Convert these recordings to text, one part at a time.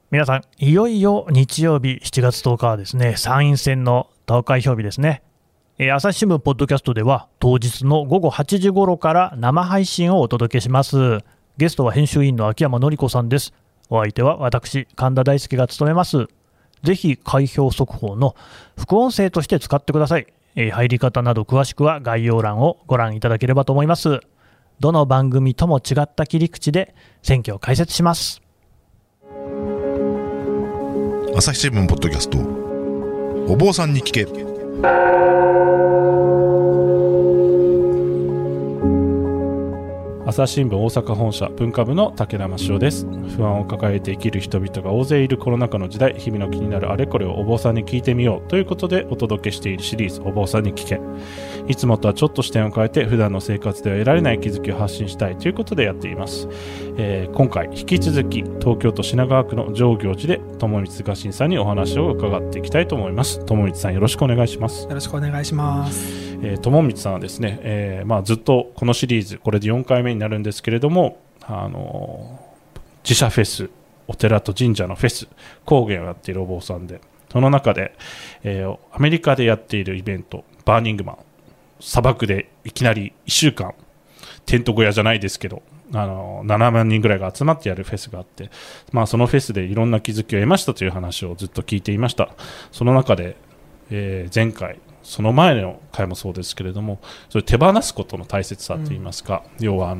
皆さん、いよいよ日曜日7月10日はですね、参院選の投開票日ですね。朝日新聞ポッドキャストでは当日の午後8時頃から生配信をお届けします。ゲストは編集委員の秋山紀子さんです。お相手は私、神田大輔が務めます。ぜひ開票速報の副音声として使ってください。入り方など詳しくは概要欄をご覧いただければと思います。どの番組とも違った切り口で選挙を解説します。 朝日新聞ポッドキャスト、お坊さんに聞け。 朝日新聞大阪本社文化部の武田真潮です。不安を抱えて生きる人々が大勢いるコロナ禍の時代、日々の気になるあれこれをお坊さんに聞いてみようということでお届けしているシリーズ、お坊さんに聞け。いつもとはちょっと視点を変えて普段の生活では得られない気づきを発信したいということでやっています。今回引き続き東京都品川区の上行寺で友光家臣さんにお話を伺っていきたいと思います。友光さん、よろしくお願いします。 よろしくお願いします。 友光さんはですね、ずっとこのシリーズこれで4回目になるんですけれども、自社フェス、お寺と神社のフェス講演をやっているお坊さんで、その中で、アメリカでやっているイベントバーニングマン、砂漠でいきなり1週間テント小屋じゃないですけど7万人ぐらいが集まってやるフェスがあって、そのフェスでいろんな気づきを得ましたという話をずっと聞いていました。その中で、前回その前の回もそうですけれども、それ手放すことの大切さといいますか、要は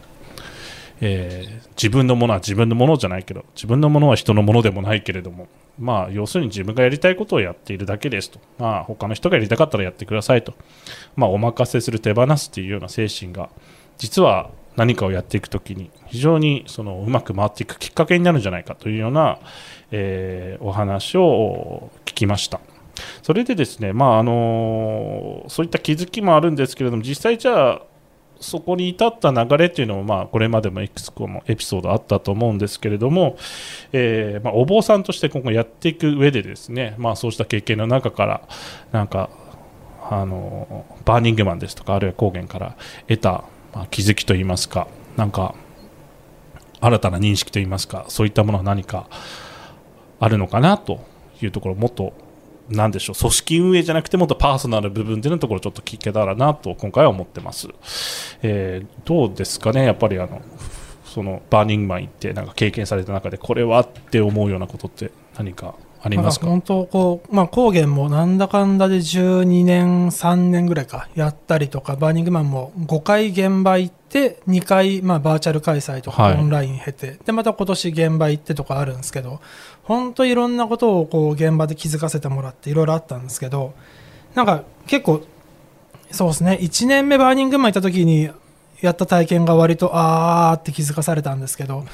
自分のものは自分のものじゃないけど、自分のものは人のものでもないけれども、要するに自分がやりたいことをやっているだけですと、他の人がやりたかったらやってくださいと、お任せする、手放すというような精神が実は何かをやっていくときに非常にうまく回っていくきっかけになるんじゃないかというような、お話を聞きました。それでですね、そういった気づきもあるんですけれども、実際じゃあそこに至った流れというのも、これまでもいくつかもエピソードあったと思うんですけれども、お坊さんとして今後やっていく上でですね、そうした経験の中からバーニングマンですとか、あるいは高原から得た、気づきといいますか、新たな認識といいますか、そういったものは何かあるのかなというところ、もっとなんでしょう、組織運営じゃなくてもっとパーソナル部分でのところをちょっと聞けたらなと今回は思ってます。どうですかね、やっぱりそのバーニングマン行って経験された中でこれはって思うようなことって何かありますか？ 本当高原もなんだかんだで12年3年ぐらいかやったりとか、バーニングマンも5回現場行って2回バーチャル開催とかオンライン経て、でまた今年現場行ってとかあるんですけど、本当いろんなことを現場で気づかせてもらっていろいろあったんですけど、結構そうですね、1年目バーニングマン行った時にやった体験が割とって気づかされたんですけど、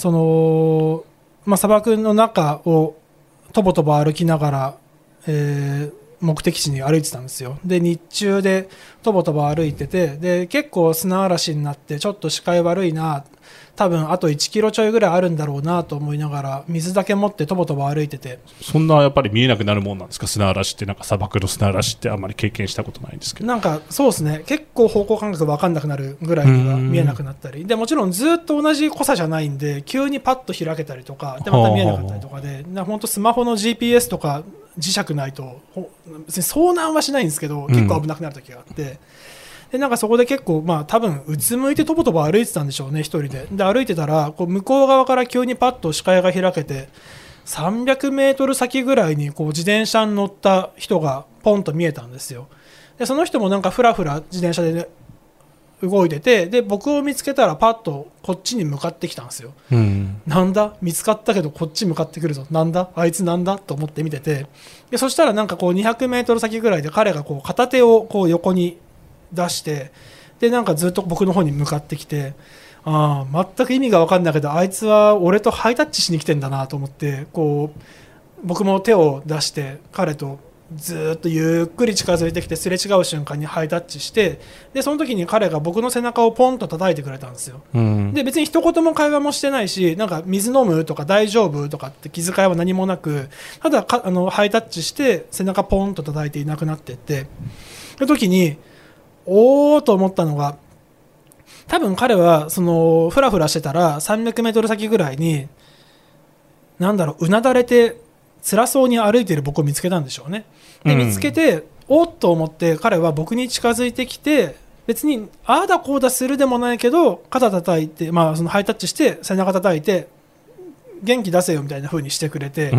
砂漠の中をとぼとぼ歩きながら、目的地に歩いてたんですよ。で日中でとぼとぼ歩いてて、で結構砂嵐になってちょっと視界悪いな、多分あと1キロちょいぐらいあるんだろうなと思いながら水だけ持ってとぼとぼ歩いてて、 そんなやっぱり見えなくなるもんなんですか？砂嵐って、砂漠の砂嵐ってあんまり経験したことないんですけど、 そうですね、結構方向感覚分かんなくなるぐらいには見えなくなったりで、もちろんずっと同じ濃さじゃないんで、急にパッと開けたりとかでまた見えなかったりとかで、本当スマホの GPS とか磁石ないと別に遭難はしないんですけど、結構危なくなる時があって、でそこで結構多分うつむいてとぼとぼ歩いてたんでしょうね、一人で歩いてたら向こう側から急にパッと視界が開けて、300メートル先ぐらいに自転車に乗った人がポンと見えたんですよ。でその人もふらふら自転車で、動いてて、で僕を見つけたらパッとこっちに向かってきたんですよ。なんだ、見つかったけどこっち向かってくるぞ、なんだあいつなんだと思って見てて、でそしたら200メートル先ぐらいで彼が片手を横に出して、でずっと僕の方に向かってきて、全く意味が分かんないけどあいつは俺とハイタッチしに来てんだなと思って、僕も手を出して彼とずっとゆっくり近づいてきて、すれ違う瞬間にハイタッチして、でその時に彼が僕の背中をポンと叩いてくれたんですよ。で別に一言も会話もしてないし、水飲むとか大丈夫とかって気遣いは何もなく、ただハイタッチして背中ポンと叩いていなくなっていって、その時におーと思ったのが、多分彼はフラフラしてたら300メートル先ぐらいになんだろう、うなだれて辛そうに歩いている僕を見つけたんでしょうね。で見つけて、おっと思って彼は僕に近づいてきて、別にああだこうだするでもないけど肩叩いて、そのハイタッチして背中叩いて元気出せよみたいな風にしてくれて、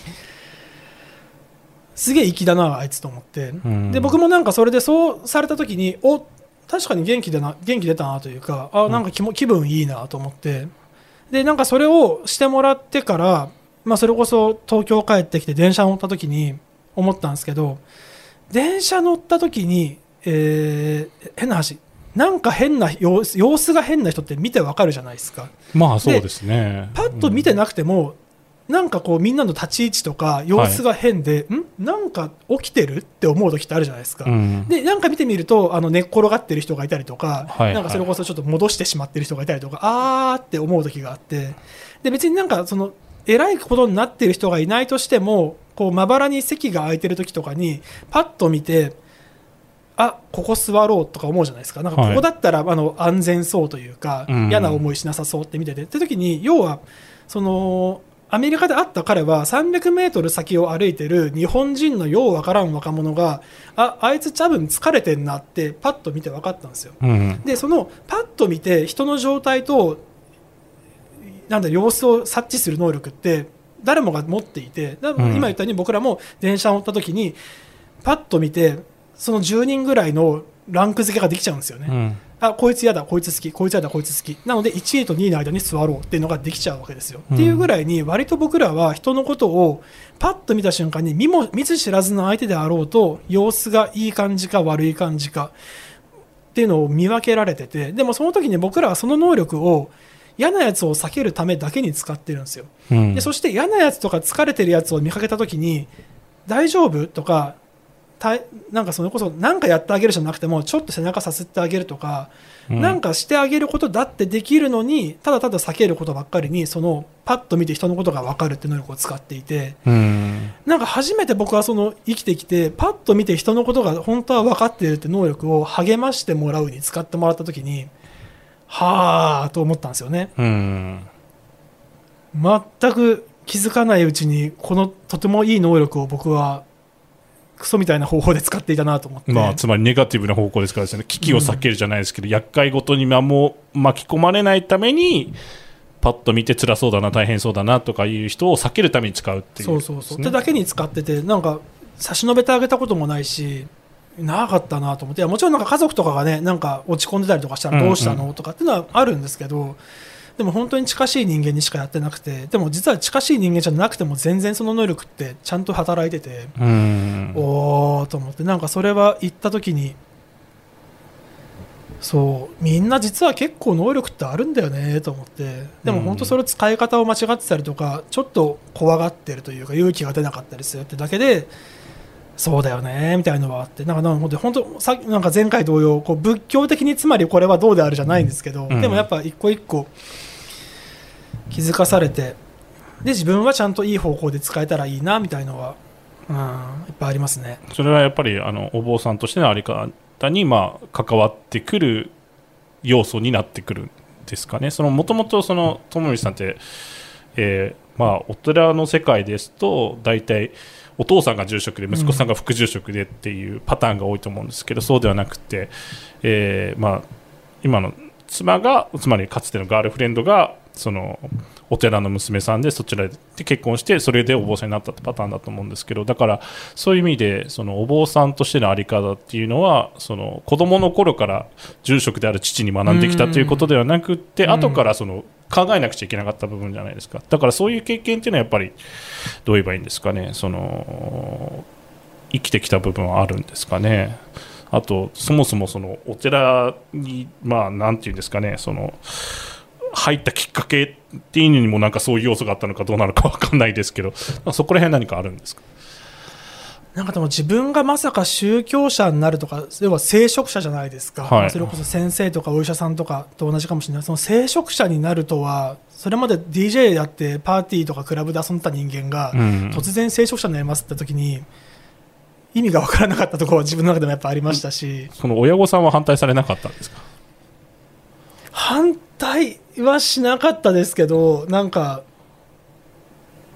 すげえ粋だなあいつと思って、で僕もなんかそれでそうされた時に、確かに元気出たなというか、なんか気分いいなと思って、でなんかそれをしてもらってから、それこそ東京帰ってきて電車乗った時に思ったんですけど、電車乗った時に、変な話、なんか変な様子が変な人って見てわかるじゃないですか。 そうですね。 パッと見てなくても、なんかこうみんなの立ち位置とか様子が変で、なんか起きてるって思う時ってあるじゃないですか。でなんか見てみると寝っ転がってる人がいたりとか、なんかそれこそちょっと戻してしまってる人がいたりとか、あーって思う時があって、で別になんかその偉いことになってる人がいないとしても、こうまばらに席が空いてる時とかにパッと見て、ここ座ろうとか思うじゃないですか。なんかここだったら安全そうというか、嫌な思いしなさそうって見てて、って時に要はそのアメリカで会った彼は300メートル先を歩いてる日本人のようわからん若者が、あいつ多分疲れてんなってパッと見て分かったんですよ。でそのパッと見て人の状態と様子を察知する能力って誰もが持っていて、今言ったように僕らも電車を乗った時にパッと見てその10人ぐらいのランク付けができちゃうんですよね。こいつ嫌だこいつ好き、こいつ嫌だこいつ好きなので1位と2位の間に座ろうっていうのができちゃうわけですよ。っていうぐらいに割と僕らは人のことをパッと見た瞬間に見ず知らずの相手であろうと様子がいい感じか悪い感じかっていうのを見分けられてて、でもその時に僕らはその能力を嫌なやつを避けるためだけに使ってるんですよ。でそして嫌なやつとか疲れてるやつを見かけた時に大丈夫とか、なんかそれこそ何かやってあげるじゃなくてもちょっと背中さすってあげるとか、なんかしてあげることだってできるのに、ただただ避けることばっかりにそのパッと見て人のことが分かるっていう能力を使っていて、なんか初めて僕はその生きてきてパッと見て人のことが本当は分かっているって能力を励ましてもらうに使ってもらった時に、はーと思ったんですよね。全く気づかないうちにこのとてもいい能力を僕はクソみたいな方法で使っていたなと思って、 つまりネガティブな方向ですからですね、危機を避けるじゃないですけど、厄介ごとにも巻き込まれないためにパッと見て辛そうだな大変そうだなとかいう人を避けるために使うっていう、 そうってだけに使ってて、なんか差し伸べてあげたこともないしなかったなと思って、もちろんなんか家族とかがねなんか落ち込んでたりとかしたらどうしたの、とかっていうのはあるんですけど、でも本当に近しい人間にしかやってなくて、でも実は近しい人間じゃなくても全然その能力ってちゃんと働いてて、おーと思って、なんかそれは言った時に、そうみんな実は結構能力ってあるんだよねと思って、でも本当それ使い方を間違ってたりとかちょっと怖がってるというか勇気が出なかったりするってだけで、そうだよねみたいなのはあって、なんか本当さなんか前回同様こう仏教的につまりこれはどうであるじゃないんですけど、でもやっぱ一個一個気づかされて、で自分はちゃんといい方向で使えたらいいなみたいのは、いっぱいありますね。 それはやっぱりお坊さんとしてのあり方に関わってくる要素になってくるんですかね。もともと友道さんって、お寺の世界ですと大体お父さんが住職で息子さんが副住職でっていうパターンが多いと思うんですけど、そうではなくて、今の妻がつまりかつてのガールフレンドがお寺の娘さんでそちらで結婚してそれでお坊さんになったってパターンだと思うんですけど、だからそういう意味でお坊さんとしての在り方っていうのは子供の頃から住職である父に学んできたということではなくって後から考えなくちゃいけなかった部分じゃないですか。だからそういう経験っていうのはやっぱりどう言えばいいんですかね、生きてきた部分はあるんですかね。あとそもそもお寺になんていうんですかね、入ったきっかけっていうのにもなんかそういう要素があったのかどうなのか分かんないですけど、そこら辺何かあるんですか。 なんかでも自分がまさか宗教者になるとか、要は聖職者じゃないですか、それこそ先生とかお医者さんとかと同じかもしれない。その聖職者になるとは、それまで DJ やってパーティーとかクラブで遊んだ人間が突然聖職者になりますって時に意味が分からなかったところは自分の中でもやっぱありましたし、 その親御さんは反対されなかったんですか。 反対はしなかったですけど、なんか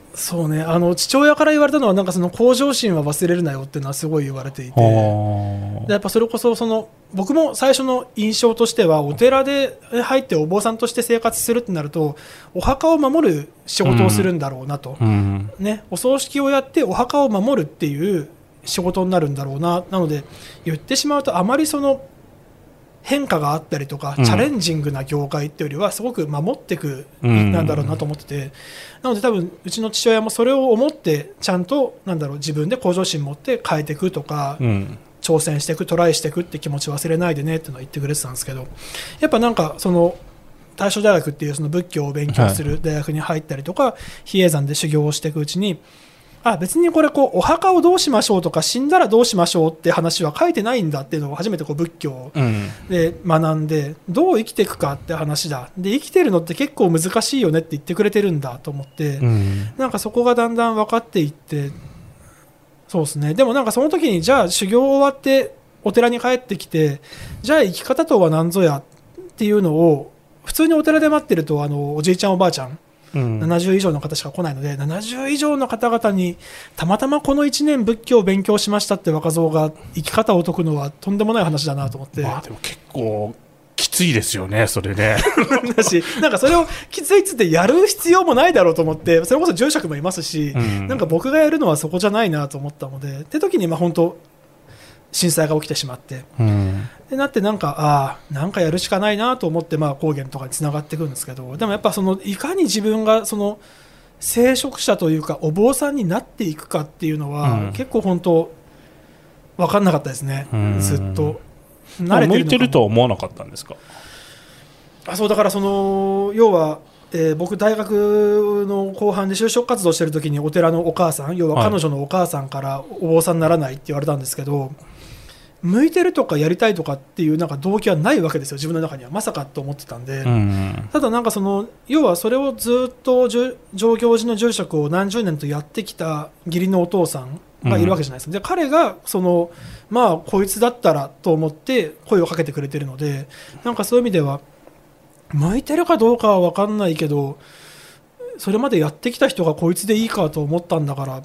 そうね、父親から言われたのはなんかその向上心は忘れるなよっていうのはすごい言われていて、でやっぱそれこそ僕も最初の印象としてはお寺で入ってお坊さんとして生活するってなるとお墓を守る仕事をするんだろうなと、ね、お葬式をやってお墓を守るっていう仕事になるんだろうな。なので言ってしまうとあまりその変化があったりとか、チャレンジングな業界っていうよりはすごく守っていくなんだろうなと思ってて、なので多分うちの父親もそれを思ってちゃんと自分で向上心持って変えていくとか、挑戦していくトライしていくって気持ち忘れないでねっていうのは言ってくれてたんですけど、やっぱなんかその大正大学っていうその仏教を勉強する大学に入ったりとか、比叡山で修行をしていくうちに別にこれお墓をどうしましょうとか死んだらどうしましょうって話は書いてないんだっていうのを初めて仏教で学んで、どう生きていくかって話だ、で生きてるのって結構難しいよねって言ってくれてるんだと思って、なんかそこがだんだん分かっていって、そうですね。でもなんかその時にじゃあ修行終わってお寺に帰ってきて、じゃあ生き方とは何ぞやっていうのを普通にお寺で待ってるとおじいちゃんおばあちゃん70以上の方しか来ないので、70以上の方々にたまたまこの1年仏教を勉強しましたって若造が生き方を説くのはとんでもない話だなと思って、 でも結構きついですよねそれねだしなんかそれをきついっつってやる必要もないだろうと思って、それこそ住職もいますし、なんか僕がやるのはそこじゃないなと思ったので、って時に本当震災が起きてしまって、でなってなんかやるしかないなと思って高原とかにつながっていくんですけど、でもやっぱいかに自分が聖職者というかお坊さんになっていくかっていうのは、結構本当分かんなかったですね。ずっと慣れてるのかも。 向いてるとは思わなかったんですか？ そうだから要は僕大学の後半で就職活動してる時にお寺のお母さん、要は彼女のお母さんからお坊さんにならないって言われたんですけど、向いてるとかやりたいとかっていうなんか動機はないわけですよ、自分の中には。まさかと思ってたんで、ただなんか要はそれをずっと上行寺の住職を何十年とやってきた義理のお父さんがいるわけじゃないですか。で彼がこいつだったらと思って声をかけてくれてるので、なんかそういう意味では向いてるかどうかは分かんないけど、それまでやってきた人がこいつでいいかと思ったんだから、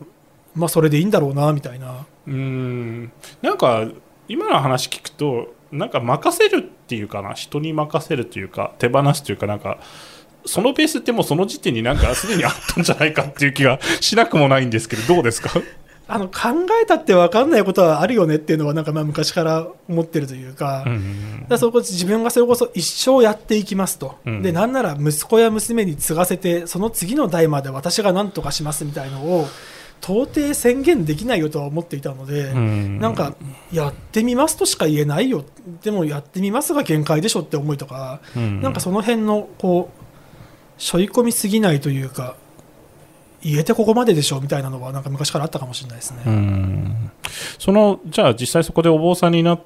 それでいいんだろうなみたいな。 なんか今の話聞くとなんか任せるっていうかな、人に任せるというか手放すというか、なんかそのベースってもうその時点になんかすでにあったんじゃないかっていう気がしなくもないんですけど、どうですか？ 考えたって分かんないことはあるよねっていうのはなんか昔から思ってるというか、そこ自分がそれこそ一生やっていきますと、でなんなら息子や娘に継がせてその次の代まで私が何とかしますみたいのを到底宣言できないよとは思っていたので、なんかやってみますとしか言えないよ、でもやってみますが限界でしょって思いとか、なんかその辺の背負い込みすぎないというか、言えてここまででしょみたいなのはなんか昔からあったかもしれないですね。 じゃあ実際そこでお坊さんになって、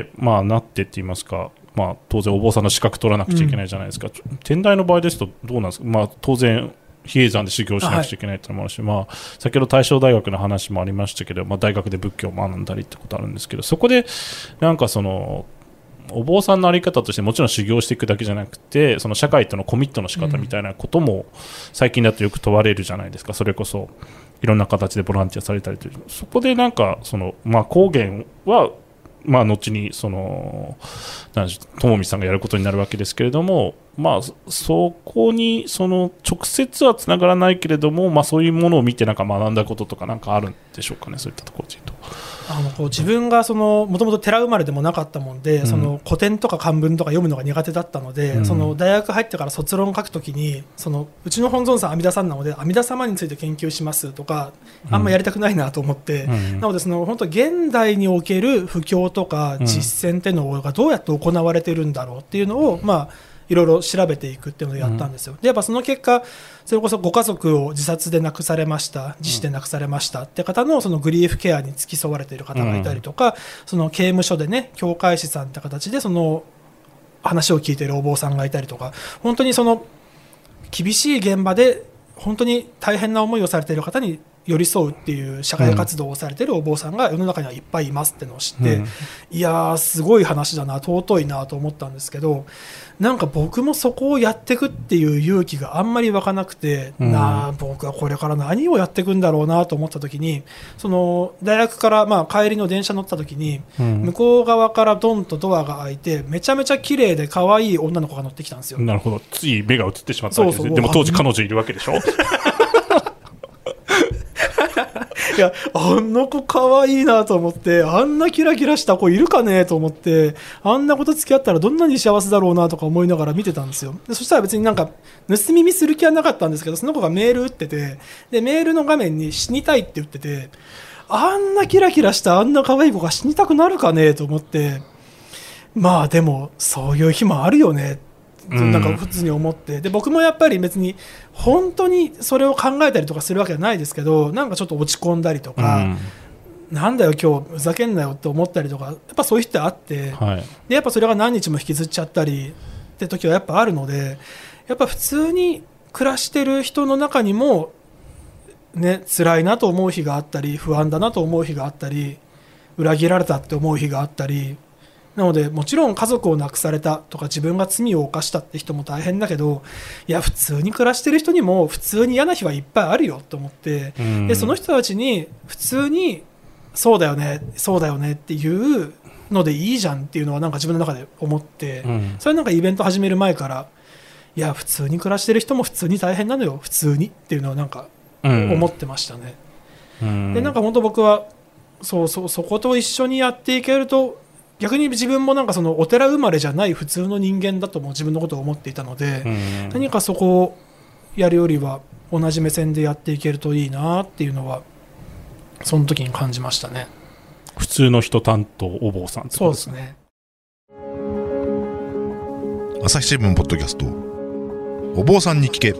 なってって言いますか、当然お坊さんの資格取らなくちゃいけないじゃないですか。天台の場合ですとどうなんですか？当然比叡山で修行しなくちゃいけないってのもあるし、先ほど大正大学の話もありましたけど、大学で仏教を学んだりってことあるんですけど、そこでなんかお坊さんの在り方としてもちろん修行していくだけじゃなくて、その社会とのコミットの仕方みたいなことも最近だとよく問われるじゃないですか。それこそいろんな形でボランティアされたりという、そこでなんか高原は後に友美さんがやることになるわけですけれども、そこに直接はつながらないけれども、そういうものを見てなんか学んだこととかなんかあるんでしょうかね、そういったところで言うと。 自分がもともと寺生まれでもなかったもんで、古典とか漢文とか読むのが苦手だったので、大学入ってから卒論を書くときにうちの本尊さん阿弥陀さんなので阿弥陀様について研究しますとかあんまやりたくないなと思って、なので本当現代における布教とか実践っていうのがどうやって行われてるんだろうっていうのをいろいろ調べていくっていうのをやったんですよ。でやっぱその結果、それこそご家族を自殺で亡くされました、自死で亡くされましたって方のグリーフケアに付き添われている方がいたりとか、刑務所でね教会士さんって形で話を聞いているお坊さんがいたりとか、本当に厳しい現場で本当に大変な思いをされている方に寄り添うっていう社会活動をされてるお坊さんが世の中にはいっぱいいますってのを知って、いやーすごい話だな、尊いなと思ったんですけど、なんか僕もそこをやっていくっていう勇気があんまり湧かなくて、僕はこれから何をやっていくんだろうなと思った時に、その大学から帰りの電車乗った時に、向こう側からドンとドアが開いて、めちゃめちゃ綺麗で可愛い女の子が乗ってきたんですよ。 なるほど、つい目が映ってしまったわけですね。でも当時彼女いるわけでしょいや、あんな子可愛いなと思って、あんなキラキラした子いるかねと思って、あんな子と付き合ったらどんなに幸せだろうなとか思いながら見てたんですよ。でそしたら別になんか盗み見する気はなかったんですけど、その子がメール打ってて、でメールの画面に死にたいって言ってて、あんなキラキラしたあんな可愛い子が死にたくなるかねと思って、まあでもそういう日もあるよね、なんか普通に思って、で僕もやっぱり別に本当にそれを考えたりとかするわけじゃないですけど、なんかちょっと落ち込んだりとか、なんだよ今日ふざけんなよって思ったりとか、やっぱそういう人ってあって、でやっぱそれが何日も引きずっちゃったりって時はやっぱあるので、やっぱ普通に暮らしてる人の中にもね、辛いなと思う日があったり、不安だなと思う日があったり、裏切られたって思う日があったり、なのでもちろん家族を亡くされたとか自分が罪を犯したって人も大変だけど、いや普通に暮らしてる人にも普通に嫌な日はいっぱいあるよと思って、でその人たちに普通にそうだよねそうだよねっていうのでいいじゃんっていうのはなんか自分の中で思って、それなんかイベント始める前から、いや普通に暮らしてる人も普通に大変なのよ普通にっていうのはなんか思ってましたね。でなんか本当僕はそこと一緒にやっていけると、逆に自分もなんかそのお寺生まれじゃない普通の人間だとも自分のことを思っていたので、何かそこをやるよりは同じ目線でやっていけるといいなっていうのはその時に感じましたね。 普通の人担当お坊さんってことですね。 そうですね。朝日新聞ポッドキャスト、お坊さんに聞け。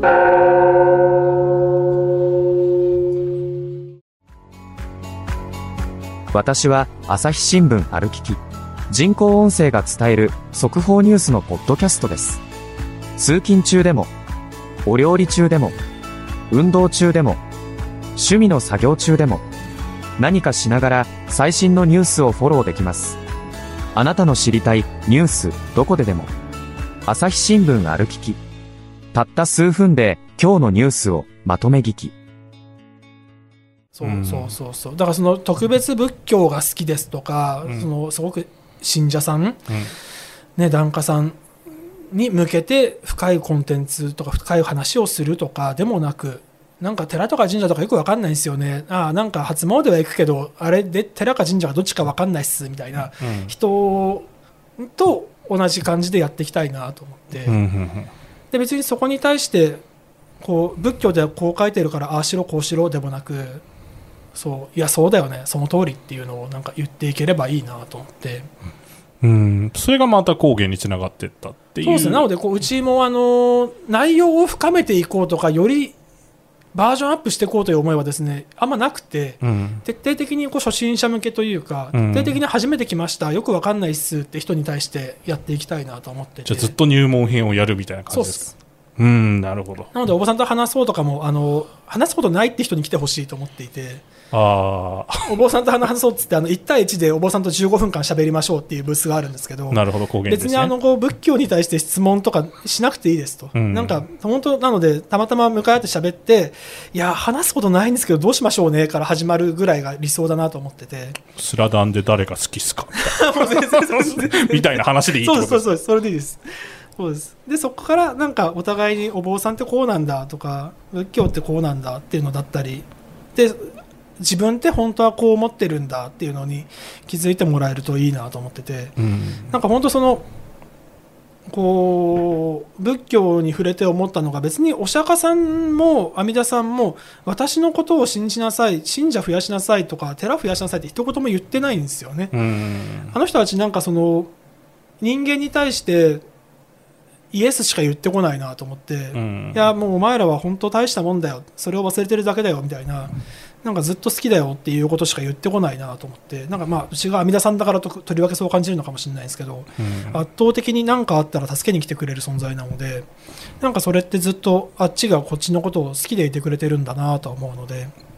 私は朝日新聞ある聞き、人工音声が伝える速報ニュースのポッドキャストです。通勤中でも、お料理中でも、運動中でも、趣味の作業中でも、何かしながら最新のニュースをフォローできます。あなたの知りたいニュースどこででも、朝日新聞ある聞き。たった数分で今日のニュースをまとめ聞き。 そうだからその特別仏教が好きですとか、そのすごく信者さん、檀家さんに向けて深いコンテンツとか深い話をするとかでもなく、なんか寺とか神社とかよく分かんないんですよね。なんか初詣は行くけどあれで寺か神社がどっちか分かんないっすみたいな人と同じ感じでやっていきたいなと思って、で別にそこに対してこう仏教ではこう書いてるからああしろこうしろでもなく、いやそうだよねその通りっていうのをなんか言っていければいいなと思って、 それがまた工芸につながっていったっていう。 そうですね。なのでうちも内容を深めていこうとかよりバージョンアップしていこうという思いはですねあんまなくて、徹底的に初心者向けというか、徹底的に初めて来ましたよくわかんないっすって人に対してやっていきたいなと思ってて、 じゃあずっと入門編をやるみたいな感じですか。なるほど。 なのでお坊さんと話そうとかも話すことないって人に来てほしいと思っていて、お坊さんと話そうっつって1対1でお坊さんと15分間喋りましょうっていうブースがあるんですけど、 なるほど、 別に仏教に対して質問とかしなくていいですと、なんか本当なのでたまたま向かい合って喋って、いや話すことないんですけどどうしましょうねから始まるぐらいが理想だなと思ってて、 スラダンで誰が好きっすかみたいな話でいいってことです。 そうそれでいいです。そうです。でそこからなんかお互いにお坊さんってこうなんだとか仏教ってこうなんだっていうのだったりで、自分って本当はこう思ってるんだっていうのに気づいてもらえるといいなと思ってて、なんか本当仏教に触れて思ったのが、別にお釈迦さんも阿弥陀さんも私のことを信じなさい、信者増やしなさいとか寺増やしなさいって一言も言ってないんですよね。あの人たちなんか人間に対してイエスしか言ってこないなと思って、いやもうお前らは本当大したもんだよ、それを忘れてるだけだよみたいな、なんかずっと好きだよっていうことしか言ってこないなと思って、なんかうちが阿弥陀さんだからとりわけそう感じるのかもしれないですけど、圧倒的に何かあったら助けに来てくれる存在なので、なんかそれってずっとあっちがこっちのことを好きでいてくれてるんだなと思うので、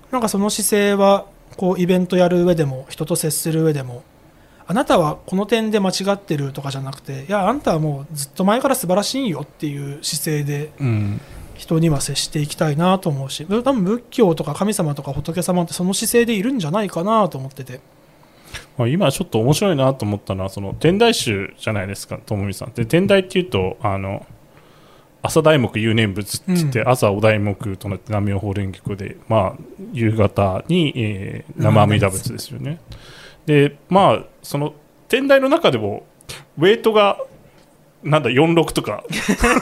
なんかその姿勢はこうイベントやる上でも人と接する上でも、あなたはこの点で間違ってるとかじゃなくて、いやあんたはもうずっと前から素晴らしいよっていう姿勢で人には接していきたいなと思うし、多分仏教とか神様とか仏様ってその姿勢でいるんじゃないかなと思ってて、 今ちょっと面白いなと思ったのは、その天台宗じゃないですか、友美さんで。天台っていうと朝題目有念仏って言って、朝お題目となって南無妙法蓮華経で、夕方に、生阿弥陀仏ですよね。でその天台の中でもウェイトがなんだ46とか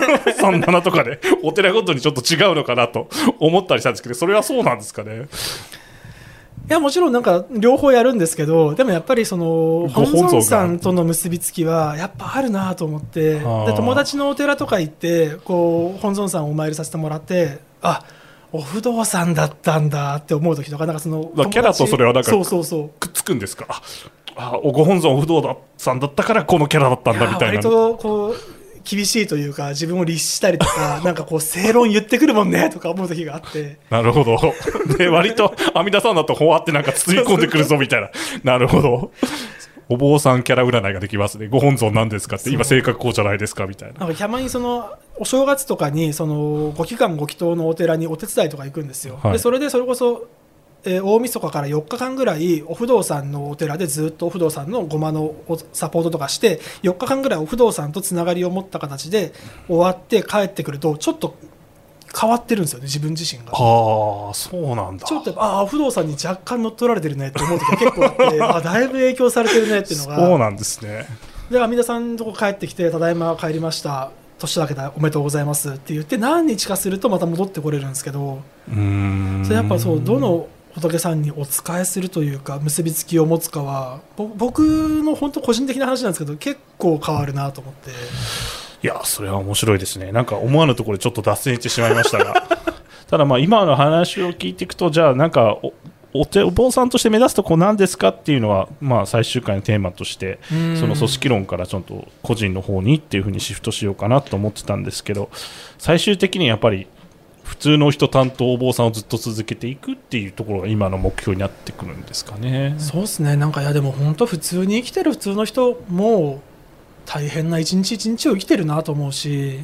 37とかでお寺ごとにちょっと違うのかなと思ったりしたんですけど、それはそうなんですかね。 いやもちろんなんか両方やるんですけど、でもやっぱりその本尊さんとの結びつきはやっぱあるなと思って、で友達のお寺とか行ってこう本尊さんをお参りさせてもらって、あ、お不動産だったんだって思う時とか、なんかそのキャラとそれはなんかそうくっつくんですか。ご本尊お不動産だったからこのキャラだったんだみたいな。 割とこう厳しいというか、自分を律したりとかなんかこう正論言ってくるもんねとか思う時があって、 なるほど。で割と阿弥陀さんだとほわってなんか包み込んでくるぞみたいな。なるほど。お坊さんキャラ占いができますね。ご本尊なんですかって、今性格こうじゃないですかみたいな。 なんかたまにそのお正月とかにそのご期間ご祈祷のお寺にお手伝いとか行くんですよ、でそれでそれこそ大晦日から4日間ぐらいお不動産のお寺でずっとお不動産のごまのサポートとかして、4日間ぐらいお不動産とつながりを持った形で終わって帰ってくるとちょっと変わってるんですよね、自分自身が。 そうなんだ。 ちょっとお不動産に若干乗っ取られてるねって思う時が結構あってだいぶ影響されてるねっていうのが。 そうなんですね。 で阿弥陀さんのとこ帰ってきて、ただいま帰りました、年だけだおめでとうございますって言って何日かするとまた戻ってこれるんですけど、それやっぱそうどの仏さんにお仕えするというか結びつきを持つかは僕の本当個人的な話なんですけど結構変わるなと思って。 いやそれは面白いですね。なんか思わぬところでちょっと脱線してしまいましたがただ今の話を聞いていくと、じゃあなんかお坊さんとして目指すとこ何ですかっていうのは、最終回のテーマとしてその組織論からちょっと個人の方にっていう風にシフトしようかなと思ってたんですけど、最終的にやっぱり普通の人担当お坊さんをずっと続けていくっていうところが今の目標になってくるんですかね。 そうですね。なんかいやでも本当普通に生きてる普通の人も大変な一日一日を生きてるなと思うし、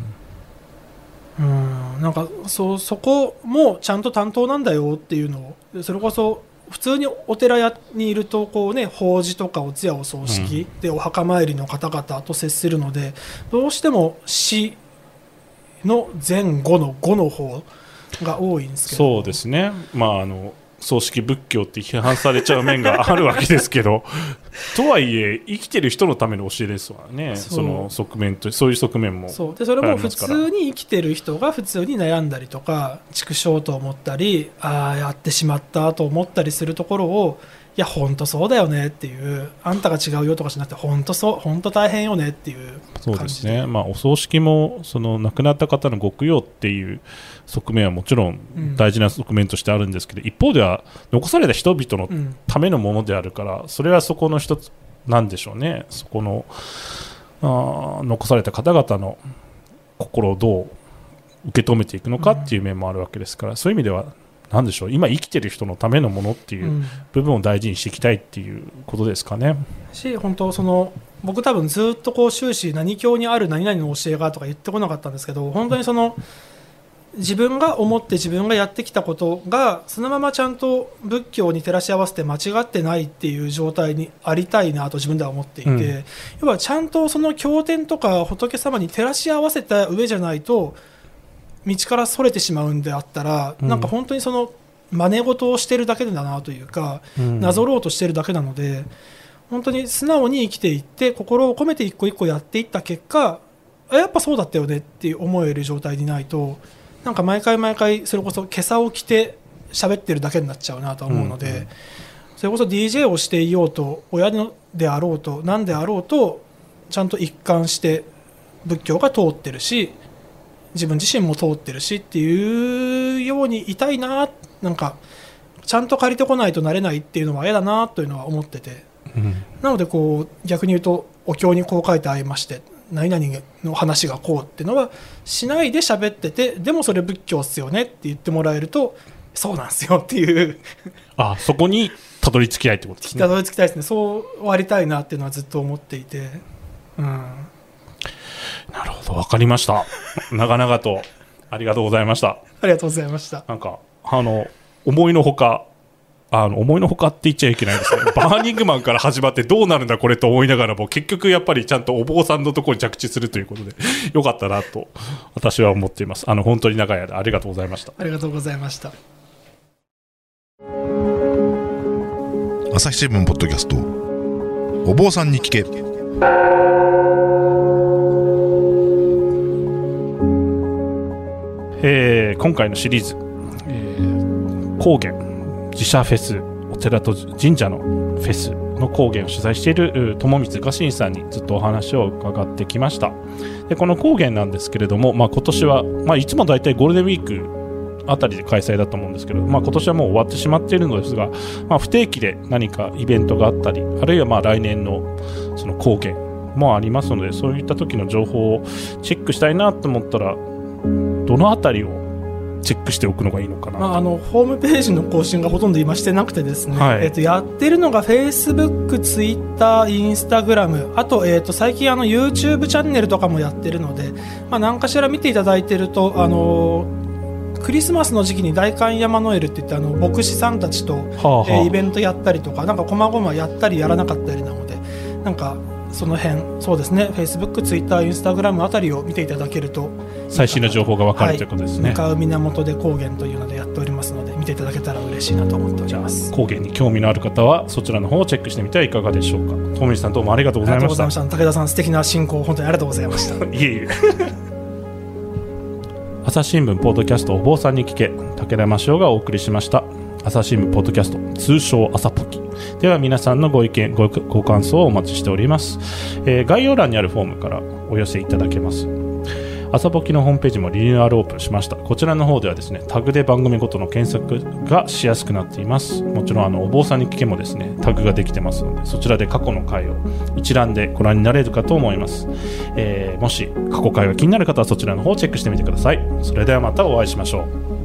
なんかそこもちゃんと担当なんだよっていうのを、それこそ普通にお寺にいるとこう、ね、法事とかお通夜お葬式でお墓参りの方々と接するので、どうしても死の前後の5の方が多いんですけど。 そうですね。葬式仏教って批判されちゃう面があるわけですけどとはいえ生きてる人のための教えですわね。その側面とそういう側面もそれも普通に生きてる人が普通に悩んだりとか畜生と思ったりやってしまったと思ったりするところを、いや本当そうだよねっていう、あんたが違うよとかじゃなくて本当大変よねっていう感じで。 そうですね。お葬式もその亡くなった方のご供養っていう側面はもちろん大事な側面としてあるんですけど、一方では残された人々のためのものであるから、それはそこの一つなんでしょうね。そこの残された方々の心をどう受け止めていくのかっていう面もあるわけですから、そういう意味ではなんでしょう、今生きてる人のためのものっていう部分を大事にしていきたいっていうことですかね。 本当僕多分ずっと終始何教にある何々の教えがとか言ってこなかったんですけど、本当に自分が思って自分がやってきたことがそのままちゃんと仏教に照らし合わせて間違ってないっていう状態にありたいなと自分では思っていて、要はちゃんとその経典とか仏様に照らし合わせた上じゃないと道からそれてしまうんであったら、なんか本当に真似事をしてるだけだなというか、なぞろうとしてるだけなので、本当に素直に生きていって心を込めて一個一個やっていった結果、やっぱそうだったよねって思える状態にないと、なんか毎回それこそ袈裟を着て喋ってるだけになっちゃうなと思うので、それこそ DJ をしていようと親であろうと何であろうとちゃんと一貫して仏教が通ってるし自分自身も通ってるしっていうようにいたいな。なんかちゃんと借りてこないとなれないっていうのは嫌だなというのは思ってて、なので逆に言うとお経にこう書いてありまして何々の話がこうっていうのはしないで喋ってて、でもそれ仏教っすよねって言ってもらえるとそうなんですよっていうそこにたどり着きたいってことですね。 たどり着きたいですね。そう終わりたいなっていうのはずっと思っていて、 なるほど、分かりました長々とありがとうございました。 ありがとうございました。 なんか思いのほかって言っちゃいけないですねバーニングマンから始まってどうなるんだこれと思いながらも、結局やっぱりちゃんとお坊さんのところに着地するということでよかったなと私は思っています。本当に長い間ありがとうございました。 ありがとうございました。 朝日新聞ポッドキャスト、お坊さんに聞け。 今回のシリーズ、高原自社フェス、お寺と神社のフェスの高原を取材している友光家臣さんにずっとお話を伺ってきました。でこの高原なんですけれども、今年は、いつもだいたいゴールデンウィークあたりで開催だと思うんですけど、今年はもう終わってしまっているのですが、不定期で何かイベントがあったり、あるいは来年のその高原もありますので、そういった時の情報をチェックしたいなと思ったら、どのあたりをチェックしておくのがいいのかな。 ホームページの更新がほとんど今してなくてですね、やってるのが Facebook、Twitter、Instagram、あと、最近YouTube チャンネルとかもやってるので、何かしら見ていただいてると、クリスマスの時期に代官山ノエルっていって牧師さんたちと、イベントやったりとか、なんか細々やったりやらなかったりなので、なんかその辺、そうですね、Facebook、Twitter、Instagram あたりを見ていただけると最新の情報が分かるということですね。 向かう源で高原というのでやっておりますので、見ていただけたら嬉しいなと思っております。 高原に興味のある方はそちらの方をチェックしてみてはいかがでしょうか。友光さん、どうもありがとうございました。 武田さん、素敵な進行本当にありがとうございましたいえいえ朝日新聞ポッドキャスト、お坊さんに聞け、武田真汐がお送りしました。朝日新聞ポッドキャスト、通称朝ポキでは、皆さんのご意見 ご感想をお待ちしております。概要欄にあるフォームからお寄せいただけます。朝ポキのホームページもリニューアルオープンしました。こちらの方ではですね、タグで番組ごとの検索がしやすくなっています。もちろんお坊さんに聞けもですね、タグができてますので、そちらで過去の回を一覧でご覧になれるかと思います。もし過去回が気になる方はそちらの方をチェックしてみてください。それではまたお会いしましょう。